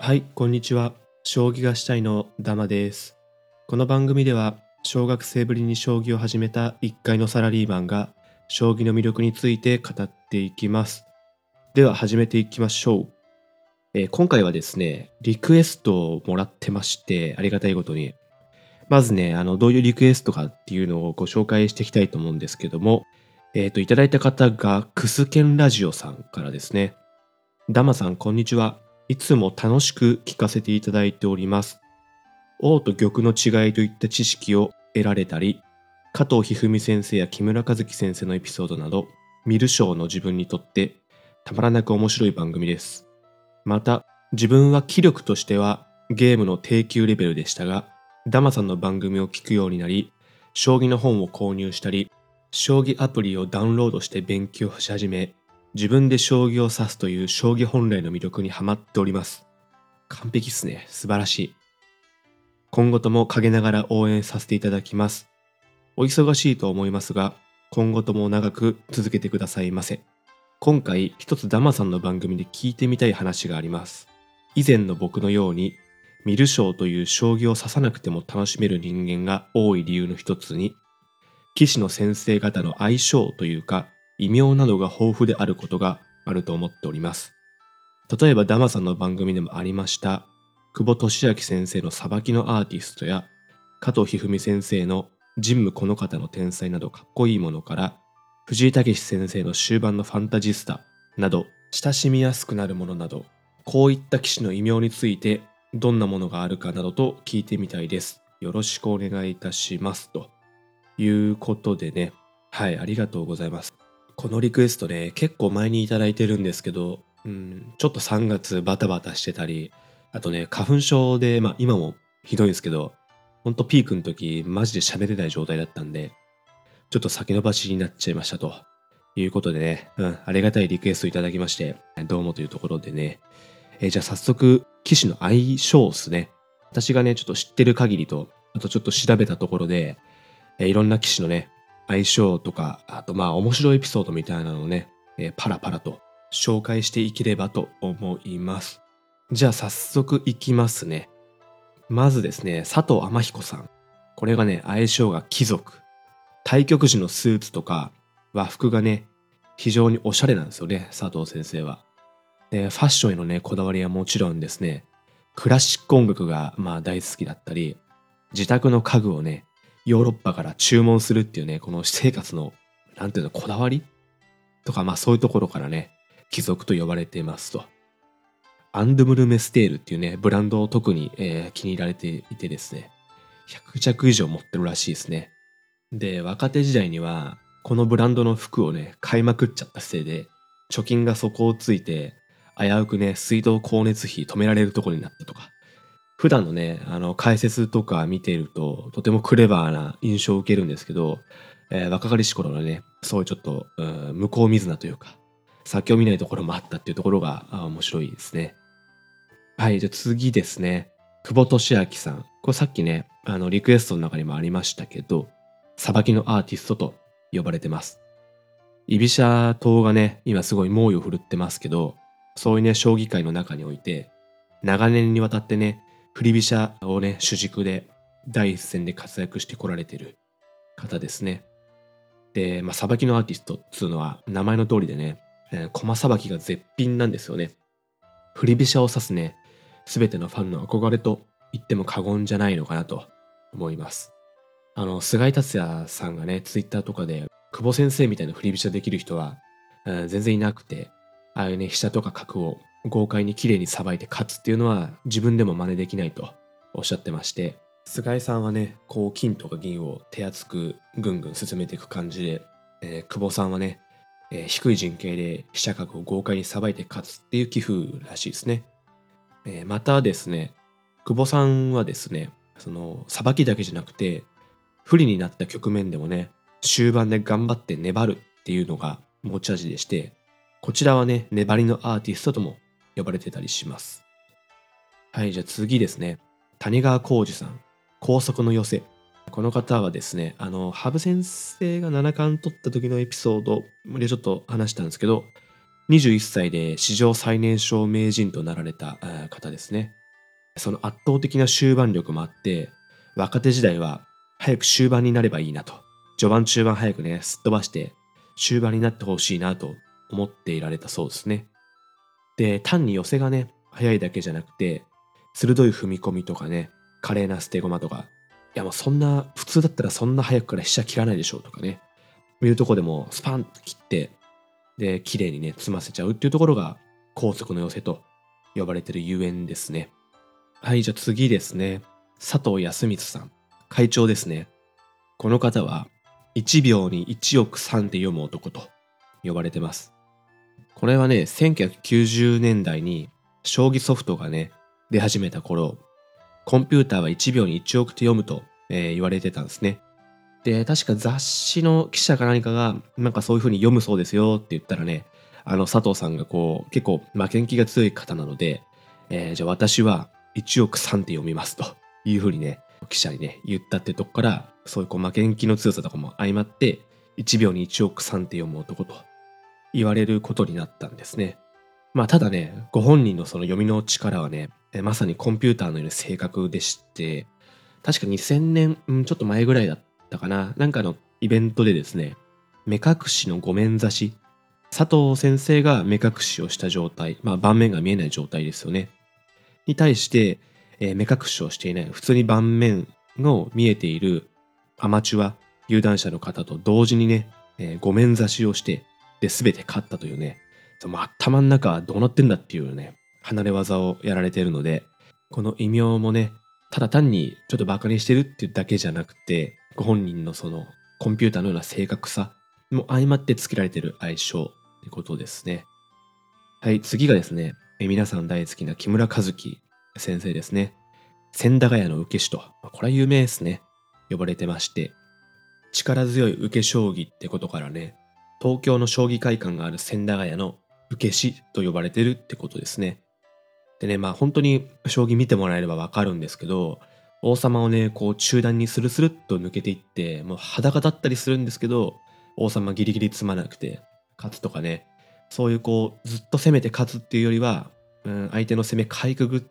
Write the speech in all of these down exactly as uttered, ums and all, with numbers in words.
はい、こんにちは。将棋がしたいのダマです。この番組では、小学生ぶりに将棋を始めた一階のサラリーマンが、将棋の魅力について語っていきます。では始めていきましょう。えー今回はですね、リクエストをもらってまして、ありがたいことに。まずね、あの、どういうリクエストかっていうのをご紹介していきたいと思うんですけども、えっ、と、いただいた方が、クスケンラジオさんからですね。ダマさん、こんにちは。いつも楽しく聞かせていただいております。王と玉の違いといった知識を得られたり、加藤一二三先生や木村和樹先生のエピソードなど、見る将の自分にとってたまらなく面白い番組です。また、自分は気力としてはゲームの低級レベルでしたが、ダマさんの番組を聞くようになり、将棋の本を購入したり、将棋アプリをダウンロードして勉強し始め、自分で将棋を指すという将棋本来の魅力にハマっております。完璧っすね。素晴らしい。今後とも陰ながら応援させていただきます。お忙しいと思いますが、今後とも長く続けてくださいませ。今回一つダマさんの番組で聞いてみたい話があります。以前の僕のように、観る将という将棋を指さなくても楽しめる人間が多い理由の一つに、棋士の先生方の相性というか、異名などが豊富であることがあると思っております。例えばダマさんの番組でもありました久保利明先生のさばきのアーティストや加藤一二三先生の神武この方の天才などかっこいいものから藤井武先生の終盤のファンタジスタなど親しみやすくなるものなどこういった棋士の異名についてどんなものがあるかなどと聞いてみたいです。よろしくお願いいたしますということでね、はいありがとうございます。このリクエストね、結構前にいただいてるんですけど、うん、ちょっとさんがつバタバタしてたり、あとね、花粉症で、まあ今もひどいんですけど、ほんとピークの時、マジで喋れない状態だったんで、ちょっと先延ばしになっちゃいましたと。いうことでね、うん、ありがたいリクエストいただきまして、どうもというところでね、えーじゃあ早速、騎士の相性っすね。私がね、ちょっと知ってる限りと、あとちょっと調べたところで、えーいろんな騎士のね、相性とか、あとまあ面白いエピソードみたいなのをね、えーパラパラと紹介していければと思います。じゃあ早速いきますね。まずですね、佐藤天彦さん。これがね、相性が貴族。対局時のスーツとか和服がね、非常におしゃれなんですよね、佐藤先生は。で、ファッションへのね、こだわりはもちろんですね、クラシック音楽がまあ大好きだったり、自宅の家具をね、ヨーロッパから注文するっていうね、この私生活の、なんていうの、こだわりとか、まあそういうところからね、貴族と呼ばれていますと。アンドゥムルメステールっていうね、ブランドを特に、えー気に入られていてですね、ひゃくちゃく以上持ってるらしいですね。で、若手時代には、このブランドの服をね、買いまくっちゃったせいで、貯金が底をついて、危うくね、水道光熱費止められるところになったとか。普段のね、あの、解説とか見ていると、とてもクレバーな印象を受けるんですけど、えー若かりし頃のね、そういうちょっと、うん、向こう見ずなというか、先を見ないところもあったっていうところが、あ面白いですね。はい、じゃあ次ですね。久保利明さん。これさっきね、あの、リクエストの中にもありましたけど、さばきのアーティストと呼ばれてます。居飛車党がね、今すごい猛威を振るってますけど、そういうね、将棋界の中において、長年にわたってね、振り飛車をね、主軸で第一線で活躍してこられてる方ですね。で、まあ、さばきのアーティストっつうのは、名前の通りでね、えー駒さばきが絶品なんですよね。振り飛車を指すね、すべてのファンの憧れと言っても過言じゃないのかなと思います。あの、菅井達也さんがね、ツイッターとかで、久保先生みたいな振り飛車できる人は、うん全然いなくて、ああいうね、飛車とか角を豪快に綺麗にさばいて勝つっていうのは自分でも真似できないとおっしゃってまして、菅井さんはね、こう金とか銀を手厚くぐんぐん進めていく感じで、えー久保さんはね、えー低い陣形で飛車角を豪快にさばいて勝つっていう棋風らしいですね。えーまたですね、久保さんはですね、その、さばきだけじゃなくて、不利になった局面でもね、終盤で頑張って粘るっていうのが持ち味でして、こちらはね、粘りのアーティストとも呼ばれてたりします。はい、じゃあ次ですね。谷川浩司さん、高速の寄せ。この方はですね、あの、羽生先生が七冠取った時のエピソードでちょっと話したんですけど、 にじゅういっさいで史上最年少名人となられたあー方ですね。その圧倒的な終盤力もあって、若手時代は早く終盤になればいいなと。序盤中盤早くね、すっ飛ばして終盤になってほしいなと思っていられたそうですね。で、単に寄せがね、早いだけじゃなくて、鋭い踏み込みとかね、華麗な捨て駒とか、いやもうそんな、普通だったらそんな早くから飛車切らないでしょうとかね、いうとこでもスパンと切って、で、綺麗にね、詰ませちゃうっていうところが、高速の寄せと呼ばれてるゆえんですね。はい、じゃあ次ですね。佐藤康光さん。会長ですね。この方は、いちびょうにいちおくさんって読む男と呼ばれてます。これはね、せんきゅうひゃくきゅうじゅうねんだいに将棋ソフトがね、出始めた頃、コンピューターはいちびょうにいちおく手読むと、えー言われてたんですね。で、確か雑誌の記者か何かが、なんかそういう風に読むそうですよって言ったらね、あの佐藤さんがこう、結構負けん気が強い方なので、えーじゃあ私はいちおくさんって読みますという風にね、記者にね、言ったってとこから、そういうこう負けん気の強さとかも相まって、いちびょうにいちおくさんって読む男と言われることになったんですね。まあただね、ご本人のその読みの力はね、えまさにコンピューターのように正確でして、確かにせんねん、うん、ちょっと前ぐらいだったかな。なんかのイベントでですね、目隠しのご面指し、佐藤先生が目隠しをした状態、まあ盤面が見えない状態ですよね。に対して、えー目隠しをしていない、普通に盤面の見えているアマチュア、有段者の方と同時にね、えー、ご面指しをして、で、全て勝ったというね、その頭の中どうなってんだっていうね、離れ技をやられているので、この異名もね、ただ単にちょっとバカにしてるっていうだけじゃなくて、ご本人のそのコンピューターのような正確さも相まって付けられている愛称ってことですね。はい、次がですね、え皆さん大好きな木村和樹先生ですね。千駄ヶ谷の受け師と、まあこれは有名ですね。呼ばれてまして、力強い受け将棋ってことからね、東京の将棋会館がある千駄ヶ谷の受け師と呼ばれてるってことですね。でね、まあ本当に将棋見てもらえればわかるんですけど、王様をね、こう中段にスルスルっと抜けていって、もう裸だったりするんですけど、王様ギリギリ詰まなくて勝つとかね、そういうこうずっと攻めて勝つっていうよりは、うん、相手の攻めかいくぐって、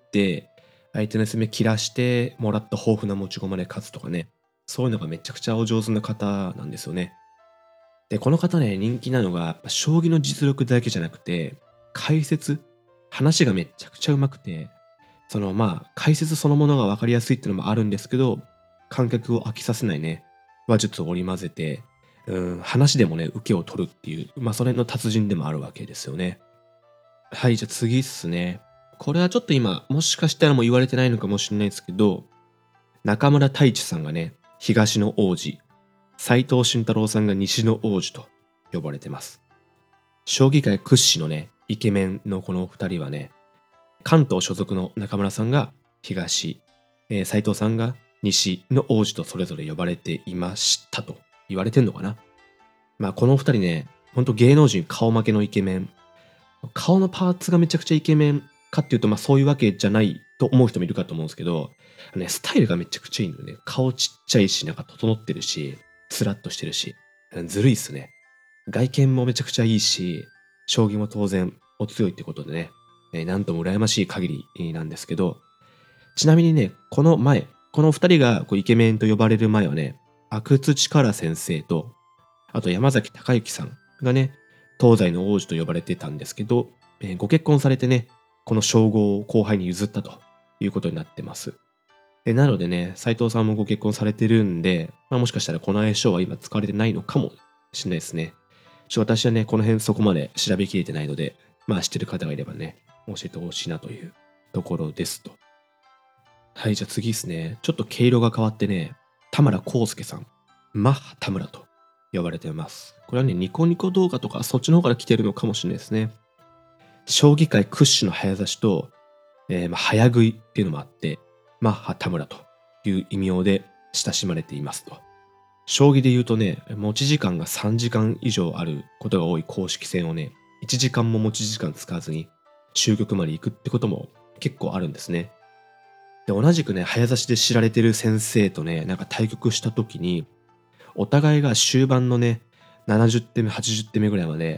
相手の攻め切らしてもらった豊富な持ち駒で勝つとかね、そういうのがめちゃくちゃお上手な方なんですよね。で、この方ね、人気なのが、将棋の実力だけじゃなくて、解説、話がめちゃくちゃ上手くて、そのまあ、解説そのものが分かりやすいっていうのもあるんですけど、観客を飽きさせないね、話術を織り交ぜて、うん、話でもね、受けを取るっていう、まあ、それの達人でもあるわけですよね。はい、じゃあ次っすね。これはちょっと今、もしかしたらもう言われてないのかもしれないですけど、中村太一さんがね、東の王子、斎藤慎太郎さんが西の王子と呼ばれてます。将棋界屈指のね、イケメンのこの二人はね、関東所属の中村さんが東、えー、斉藤さんが西の王子とそれぞれ呼ばれていましたと言われてんのかな。まあこの二人ね、ほんと芸能人顔負けのイケメン。顔のパーツがめちゃくちゃイケメンかっていうと、まあそういうわけじゃないと思う人もいるかと思うんですけど、ね、スタイルがめちゃくちゃいいのよね。顔ちっちゃいし、なんか整ってるし、スラッとしてるし、ずるいっすね。外見もめちゃくちゃいいし、将棋も当然お強いってことでね、えーなんとも羨ましい限りなんですけど、ちなみにね、この前、この二人がこうイケメンと呼ばれる前はね、阿久津力先生と、あと山崎隆之さんがね、東西の王子と呼ばれてたんですけど、えーご結婚されてね、この称号を後輩に譲ったということになってます。でなのでね、斉藤さんもご結婚されてるんで、まあ、もしかしたらこの相性は今使われてないのかもしれないですね。ちょ私はね、この辺そこまで調べきれてないので、まあ知ってる方がいればね、教えてほしいなというところですと。はい、じゃあ次ですね。ちょっと毛色が変わってね、田村康介さん、マッハ田村と呼ばれています。これはね、ニコニコ動画とかそっちの方から来てるのかもしれないですね。将棋界屈指の早指しと、えーまあ、早食いっていうのもあって、マッハ田村という異名で親しまれていますと。将棋で言うとね、持ち時間がさんじかん以上あることが多い公式戦をね、いちじかんも持ち時間使わずに終局まで行くってことも結構あるんですね。で、同じくね、早指しで知られてる先生とね、なんか対局した時に、お互いが終盤のね、ななじゅってんめ、はちじゅってんめぐらいまで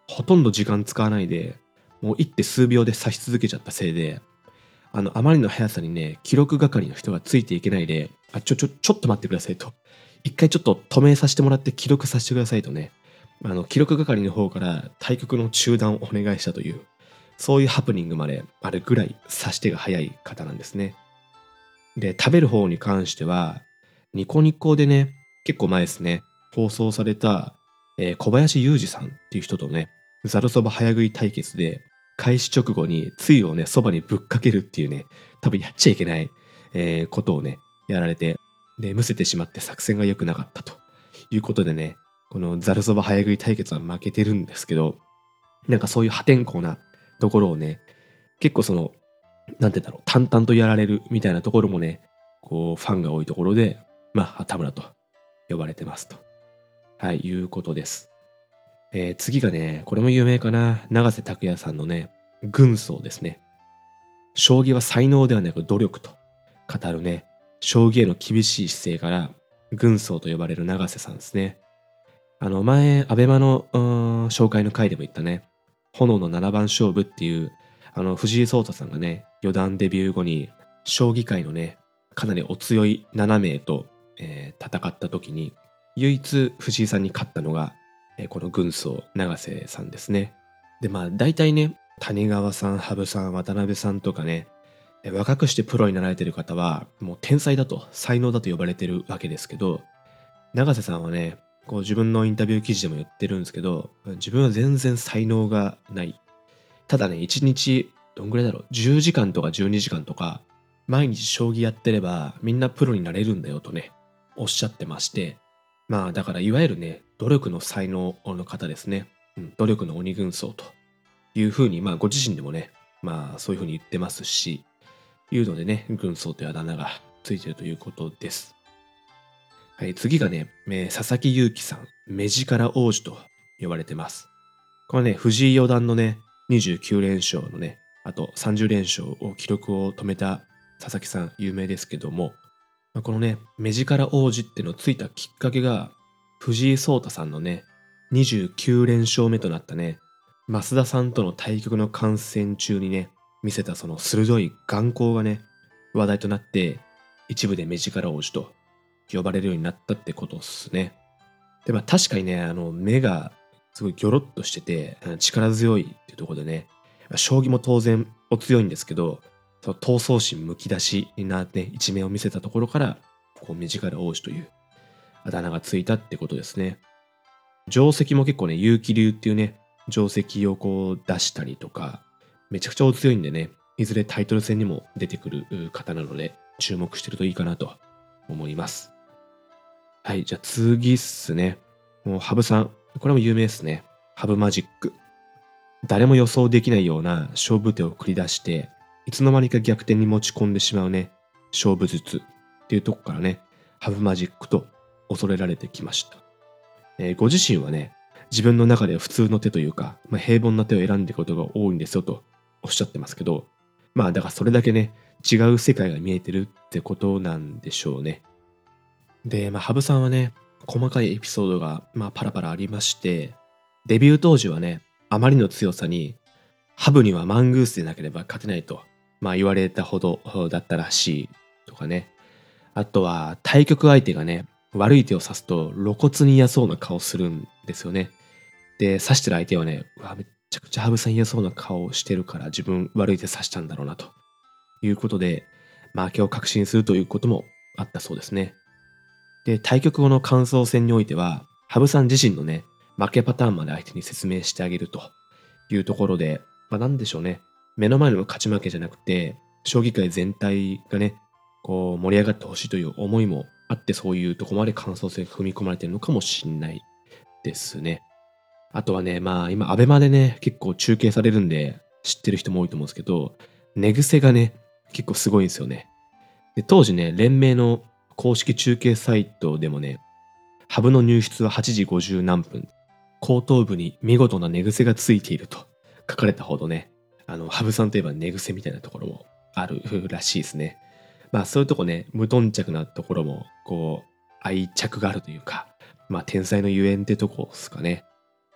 ほとんど時間使わないで、もう一手数秒で指し続けちゃったせいで、あの、あまりの速さにね、記録係の人がついていけないで、あ、ちょ、ちょ、ちょっと待ってくださいと。一回ちょっと止めさせてもらって記録させてくださいとね、あの、記録係の方から対局の中断をお願いしたという、そういうハプニングまであるぐらい指し手が速い方なんですね。で、食べる方に関しては、ニコニコでね、結構前ですね、放送された、えー小林裕二さんっていう人とね、ざるそば早食い対決で、開始直後につゆをね、そばにぶっかけるっていうね、多分やっちゃいけない、えーことをね、やられて、で、むせてしまって作戦が良くなかったということでね、このざるそば早食い対決は負けてるんですけど、なんかそういう破天荒なところをね、結構その、なんて言うんだろう、淡々とやられるみたいなところもね、こう、ファンが多いところで、まあ、田村と呼ばれてますと。はい、いうことです。えー次がね、これも有名かな。永瀬拓也さんのね、軍曹ですね。将棋は才能ではなく努力と語るね、将棋への厳しい姿勢から、軍曹と呼ばれる永瀬さんですね。あの、前、アベマの、うーん紹介の回でも言ったね、炎のななばん勝負っていう、あの、藤井聡太さんがね、四段デビュー後に、将棋界のね、かなりお強いなな名と、えー戦った時に、唯一藤井さんに勝ったのが、えーこの軍曹、永瀬さんですね。で、まあ、大体ね、谷川さん、羽生さん、渡辺さんとかね、えー若くしてプロになられてる方は、もう天才だと、才能だと呼ばれてるわけですけど、永瀬さんはね、こう自分のインタビュー記事でも言ってるんですけど、自分は全然才能がない。ただね、いちにち、どんぐらいだろう、じゅうじかんとかじゅうにじかんとか、毎日将棋やってれば、みんなプロになれるんだよとね、おっしゃってまして、まあだからいわゆるね、努力の才能の方ですね。うん、努力の鬼軍曹というふうに、まあご自身でもね、まあそういうふうに言ってますし、いうのでね、軍曹というあだ名がついてるということです。はい、次がね、えー佐々木勇気さん、目力王子と呼ばれてます。これね、藤井四段のね、にじゅうきゅう連勝のね、あとさんじゅう連勝を記録を止めた佐々木さん、有名ですけども、まあこのね、目力王子っていうのをついたきっかけが、藤井聡太さんのね、にじゅうきゅう連勝目となったね、増田さんとの対局の観戦中にね、見せたその鋭い眼光がね、話題となって、一部で目力王子と呼ばれるようになったってことっすね。で、まあ確かにね、あの、目がすごいギョロッとしてて、あの力強いっていうところでね、まあ将棋も当然お強いんですけど、その闘争心むき出しなね、一面を見せたところから、こう、目力王子というあだ名がついたってことですね。定石も結構ね、結城流っていうね、定石をこう出したりとか、めちゃくちゃお強いんでね、いずれタイトル戦にも出てくるう方なので、注目してるといいかなと思います。はい、じゃあ次っすね。もう、羽生さん。これも有名ですね。羽生マジック。誰も予想できないような勝負手を繰り出して、いつの間にか逆転に持ち込んでしまうね、勝負術っていうとこからね、羽生マジックと恐れられてきました。えーご自身はね、自分の中では普通の手というか、まあ、平凡な手を選んでいくことが多いんですよとおっしゃってますけど、まあだからそれだけね、違う世界が見えてるってことなんでしょうね。で、まあ、羽生さんはね、細かいエピソードが、まあ、パラパラありまして、デビュー当時はね、あまりの強さに、ハブにはマングースでなければ勝てないと、まあ、言われたほどだったらしいとかね。あとは、対局相手がね、悪い手を指すと露骨に嫌そうな顔するんですよね。で、指してる相手はね、うわ、めっちゃくちゃ羽生さん嫌そうな顔してるから自分悪い手指したんだろうなということで、負けを確信するということもあったそうですね。で、対局後の感想戦においては、羽生さん自身のね、負けパターンまで相手に説明してあげるというところで、まあなんでしょうね、目の前の勝ち負けじゃなくて、将棋界全体がね、こう盛り上がってほしいという思いもあって、そういうとこまで感想戦が踏み込まれてるのかもしんないですね。あとはね、まあ今、アベマでね、結構中継されるんで、知ってる人も多いと思うんですけど、寝癖がね、結構すごいんですよね。で、当時ね、連盟の公式中継サイトでもね、ハブの入室ははちじごじゅう何分、後頭部に見事な寝癖がついていると書かれたほどね、あの、ハブさんといえば寝癖みたいなところもあるらしいですね。まあそういうとこね、無頓着なところも、こう、愛着があるというか、まあ天才のゆえんってとこですかね。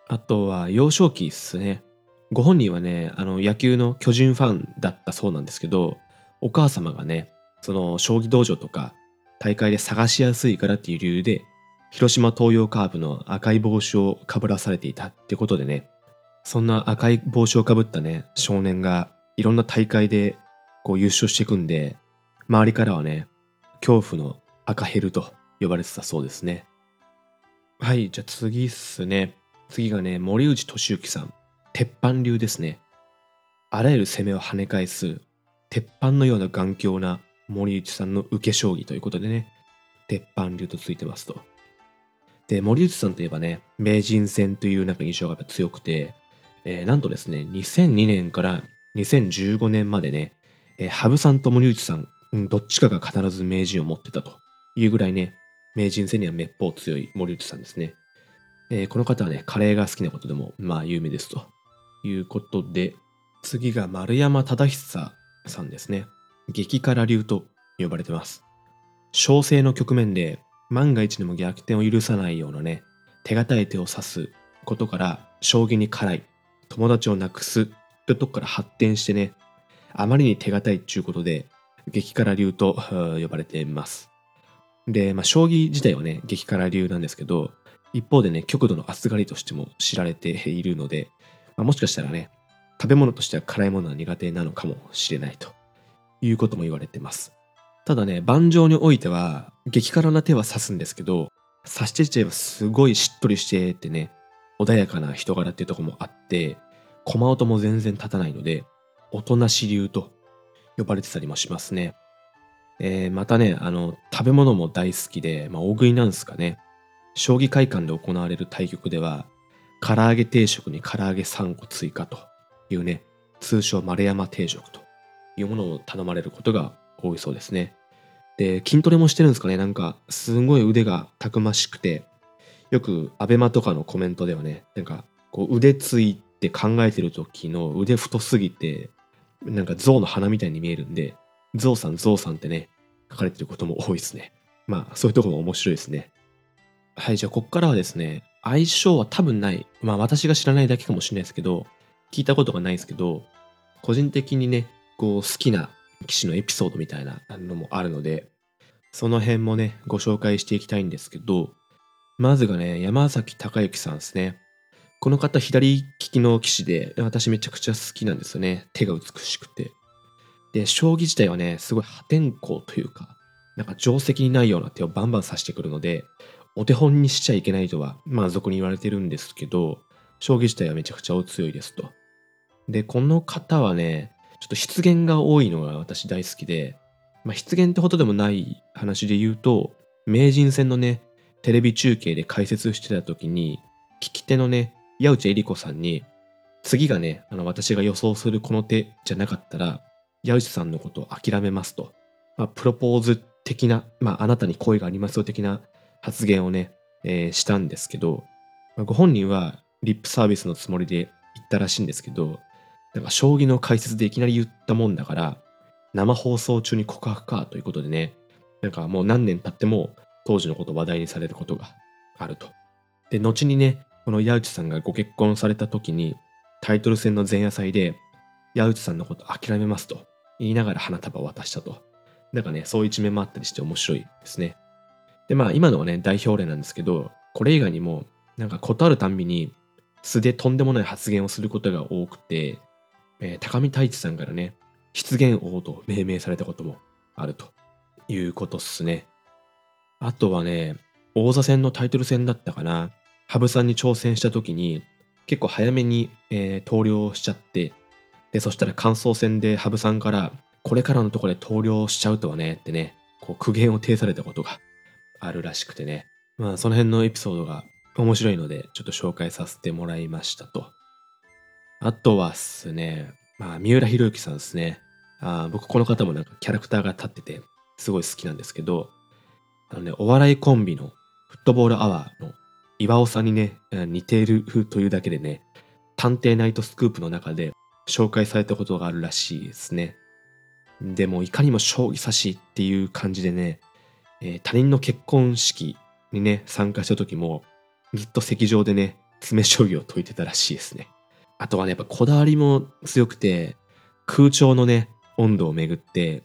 あとは幼少期っすね。ご本人はね、あの野球の巨人ファンだったそうなんですけど、お母様がね、その将棋道場とか大会で探しやすいからっていう理由で、広島東洋カープの赤い帽子をかぶらされていたってことでね、そんな赤い帽子をかぶったね、少年がいろんな大会でこう優勝していくんで、周りからはね、恐怖の赤ヘルと呼ばれてたそうですね。はい、じゃあ次っすね。次がね、森内俊之さん。鉄板流ですね。あらゆる攻めを跳ね返す、鉄板のような頑強な森内さんの受け将棋ということでね、鉄板流とついてますと。で、森内さんといえばね、名人戦というなんか印象がやっぱ強くて、えーなんとですね、にせんにねんからにせんじゅうごねんまでね、えー羽生さんと森内さん、うん、どっちかが必ず名人を持ってたというぐらいね、名人戦にはめっぽう強い森内さんですね。えーこの方はね、カレーが好きなことでも、まあ、有名ですということで、次が丸山忠久さんですね。激辛流と呼ばれてます。小生の局面で万が一にも逆転を許さないようなね、手堅い手を指すことから、将棋に辛い、友達をなくすというとこから発展してね、あまりに手堅いっていうことで、激辛流とうん呼ばれています。で、まあ、将棋自体はね、激辛流なんですけど、一方でね、極度の暑がりとしても知られているので、まあ、もしかしたらね、食べ物としては辛いものは苦手なのかもしれないということも言われてます。ただね、盤上においては、激辛な手は指すんですけど、指してちゃえばすごいしっとりしてってね、穏やかな人柄っていうところもあって、駒音も全然立たないので、おとなし流と呼ばれてたりもしますね。えーまたね、あの、食べ物も大好きで、まあ、大食いなんですかね。将棋会館で行われる対局では、唐揚げ定食に唐揚げさんこ追加というね、通称丸山定食というものを頼まれることが多いそうですね。で、筋トレもしてるんですかね。なんか、すごい腕がたくましくて、よくアベマとかのコメントではね、なんか、こう腕ついて考えてる時の腕太すぎて、なんか象の鼻みたいに見えるんで、象さん象さんってね、書かれてることも多いですね。まあ、そういうところも面白いですね。はい、じゃあこっからはですね、相性は多分ない。まあ私が知らないだけかもしれないですけど、聞いたことがないですけど、個人的にね、こう好きな棋士のエピソードみたいなのもあるので、その辺もね、ご紹介していきたいんですけど、まずがね、山崎隆之さんですね。この方、左利きの棋士で、私めちゃくちゃ好きなんですよね。手が美しくて。で、将棋自体はね、すごい破天荒というか、なんか定石にないような手をバンバン指してくるので、お手本にしちゃいけないとは、まあ俗に言われてるんですけど、将棋自体はめちゃくちゃお強いですと。で、この方はね、ちょっと失言が多いのが私大好きで、まあ失言ってほどでもない話で言うと、名人戦のね、テレビ中継で解説してた時に、聞き手のね、矢内恵里子さんに、次がね、あの私が予想するこの手じゃなかったら、矢内さんのことを諦めますと。まあ、プロポーズ的な、まあ、あなたに恋がありますよ的な発言をね、えーしたんですけど、まあご本人はリップサービスのつもりで言ったらしいんですけど、なんか将棋の解説でいきなり言ったもんだから、生放送中に告白かということでね、なんかもう何年経っても当時のことを話題にされることがあると。で、後にね、この矢内さんがご結婚された時に、タイトル戦の前夜祭で、矢内さんのこと諦めますと言いながら花束を渡したと。なんかね、そういう一面もあったりして面白いですね。で、まあ今のはね、代表例なんですけど、これ以外にも、なんか断るたんびに素でとんでもない発言をすることが多くて、えー高見太一さんからね、失言王と命名されたこともあるということっすね。あとはね、王座戦のタイトル戦だったかな。羽生さんに挑戦した時に、結構早めに、えー投了しちゃって、で、そしたら感想戦で羽生さんから、これからのところで投了しちゃうとはね、ってね、こう苦言を呈されたことがあるらしくてね。まあ、その辺のエピソードが面白いので、ちょっと紹介させてもらいましたと。あとはっすね、まあ、三浦博之さんですね。あー僕、この方もなんかキャラクターが立ってて、すごい好きなんですけど、あのね、お笑いコンビのフットボールアワーの岩尾さんにね、えー似ているというだけでね、探偵ナイトスクープの中で紹介されたことがあるらしいですね。でも、いかにも将棋指しっていう感じでね、えー他人の結婚式にね、参加した時も、ずっと席上でね、 詰将棋を解いてたらしいですね。あとはね、やっぱこだわりも強くて、空調のね、温度をめぐって、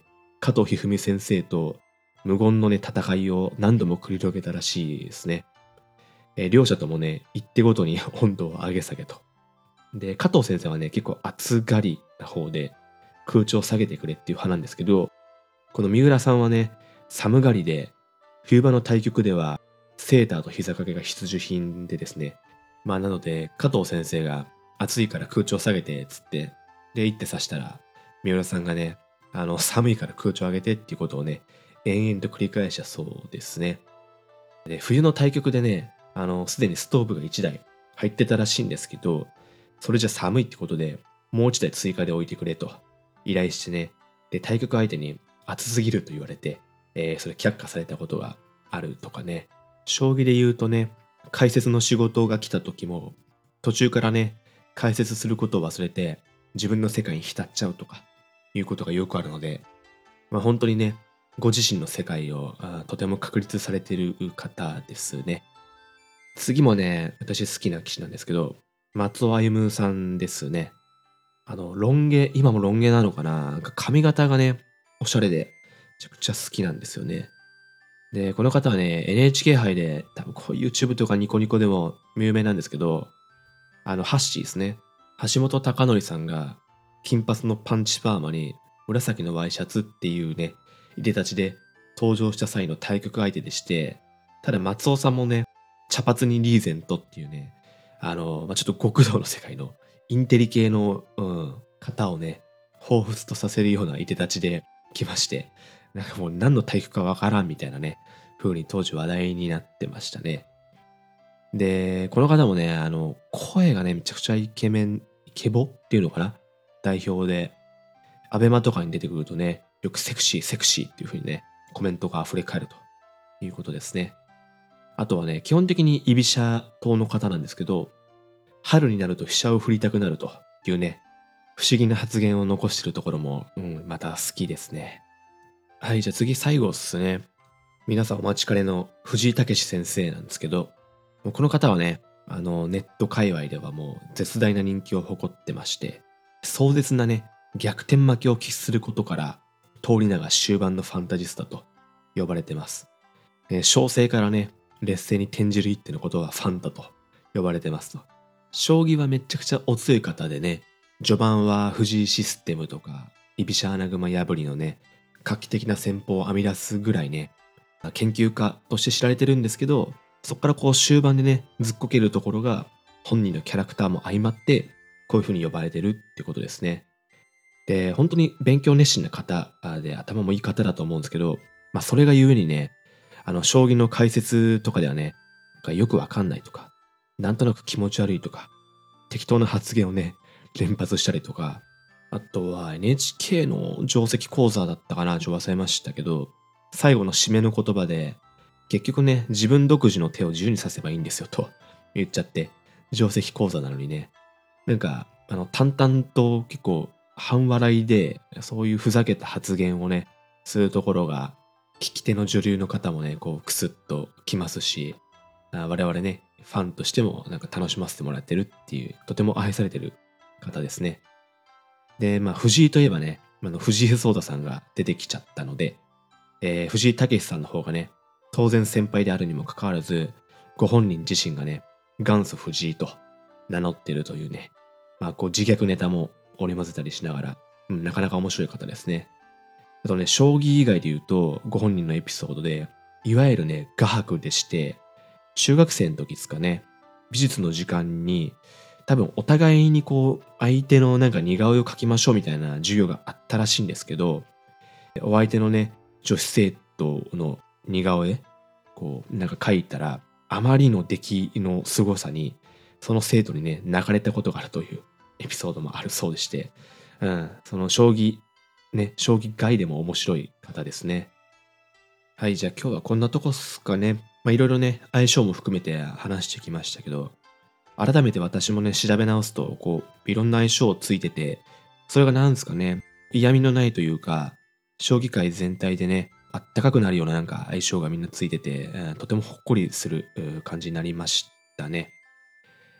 加藤一二三先生と無言のね、戦いを何度も繰り広げたらしいですね。えー両者ともね、一手ごとに温度を上げ下げと。で、加藤先生はね、結構暑がりな方で、空調を下げてくれっていう派なんですけど、この三浦さんはね、寒がりで、冬場の対局では、セーターと膝掛けが必需品でですね。まあなので、加藤先生が暑いから空調下げて、つって、で、一手指したら、三浦さんがね、あの、寒いから空調上げてっていうことをね、延々と繰り返したそうですね。で、冬の対局でね、あの、すでにストーブがいちだい入ってたらしいんですけど、それじゃ寒いってことで、もういちだい追加で置いてくれと依頼してね、で、対局相手に暑すぎると言われて、えーそれ却下されたことがあるとかね。将棋で言うとね、解説の仕事が来た時も、途中からね、解説することを忘れて、自分の世界に浸っちゃうとか、いうことがよくあるので、まあ本当にね、ご自身の世界をあーとても確立されている方ですね。次もね、私好きな棋士なんですけど、松尾歩夢さんですね。あの、ロン毛、今もロン毛なのかな、なんか髪型がね、おしゃれで、めちゃくちゃ好きなんですよね。で、この方はね、エヌエイチケー 杯で、多分こう YouTube とかニコニコでも有名なんですけど、あの、ハッシーですね。橋本貴則さんが、金髪のパンチパーマに、紫のワイシャツっていうね、いでたちで登場した際の対局相手でして、ただ松尾さんもね、茶髪にリーゼントっていうね、あの、まあ、ちょっと極道の世界のインテリ系の、うん、方をね、彷彿とさせるようないでたちで来まして、なんかもう何の対局かわからんみたいなね、風に当時話題になってましたね。で、この方もね、あの、声がね、めちゃくちゃイケメン、イケボっていうのかな、代表で、アベマとかに出てくるとね、よくセクシー、セクシーっていう風にね、コメントが溢れ返るということですね。あとはね、基本的に居飛車党の方なんですけど、春になると飛車を振りたくなるというね、不思議な発言を残してるところも、うん、また好きですね。はい、じゃあ次最後ですね。皆さんお待ちかねの藤井武先生なんですけど、もうこの方はね、あの、ネット界隈ではもう絶大な人気を誇ってまして、壮絶なね、逆転負けを喫することから、通り名が終盤のファンタジスタと呼ばれてます。えー小生からね、劣勢に転じる一手のことはファンタと呼ばれてますと。将棋はめちゃくちゃお強い方でね、序盤は藤井システムとか、居飛車穴熊破りのね、画期的な戦法を編み出すぐらいね、研究家として知られてるんですけど、そこからこう終盤でね、ずっこけるところが、本人のキャラクターも相まって、こういう風に呼ばれてるってことですね。で、本当に勉強熱心な方で頭もいい方だと思うんですけど、まあそれがゆえにね、あの、将棋の解説とかではね、なんかよくわかんないとか、なんとなく気持ち悪いとか、適当な発言をね、連発したりとか、あとは エヌエイチケー の定石講座だったかな、ちょっと忘れましたけど、最後の締めの言葉で、結局ね、自分独自の手を自由にさせばいいんですよと言っちゃって、定石講座なのにね、なんか、あの、淡々と結構半笑いで、そういうふざけた発言をね、するところが、聞き手の女流の方もね、こう、クスッときますし、あ我々ね、ファンとしてもなんか楽しませてもらってるっていう、とても愛されてる方ですね。で、まあ、藤井といえばね、あの藤井聡太さんが出てきちゃったので、えー藤井武さんの方がね、当然先輩であるにもかかわらず、ご本人自身がね、元祖藤井と名乗ってるというね、まあ、こう自虐ネタも織り交ぜたりしながら、うん、なかなか面白い方ですね。あとね、将棋以外で言うと、ご本人のエピソードで、いわゆるね、画伯でして、中学生の時ですかね、美術の時間に、多分お互いにこう、相手のなんか似顔絵を描きましょうみたいな授業があったらしいんですけど、お相手のね、女子生徒の似顔絵、こう、なんか描いたら、あまりの出来の凄さに、その生徒にね、泣かれたことがあるというエピソードもあるそうでして、うん、その将棋、ね、将棋外でも面白い方ですね。はい、じゃあ今日はこんなとこっすかね。まあいろいろね、相性も含めて話してきましたけど、改めて私もね、調べ直すと、こう、いろんな相性ついてて、それがなんですかね、嫌味のないというか、将棋界全体でね、あったかくなるようななんか相性がみんなついてて、うんとてもほっこりするう感じになりましたね。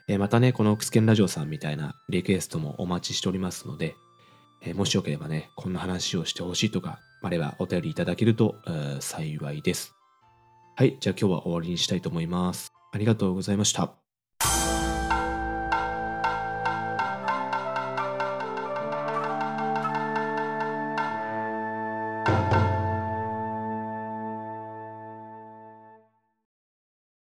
えーまたね、このオクスケンラジオさんみたいなリクエストもお待ちしておりますので、えーもしよければね、こんな話をしてほしいとかあればお便りいただけると、えー幸いです。はい、じゃあ今日は終わりにしたいと思います。ありがとうございました。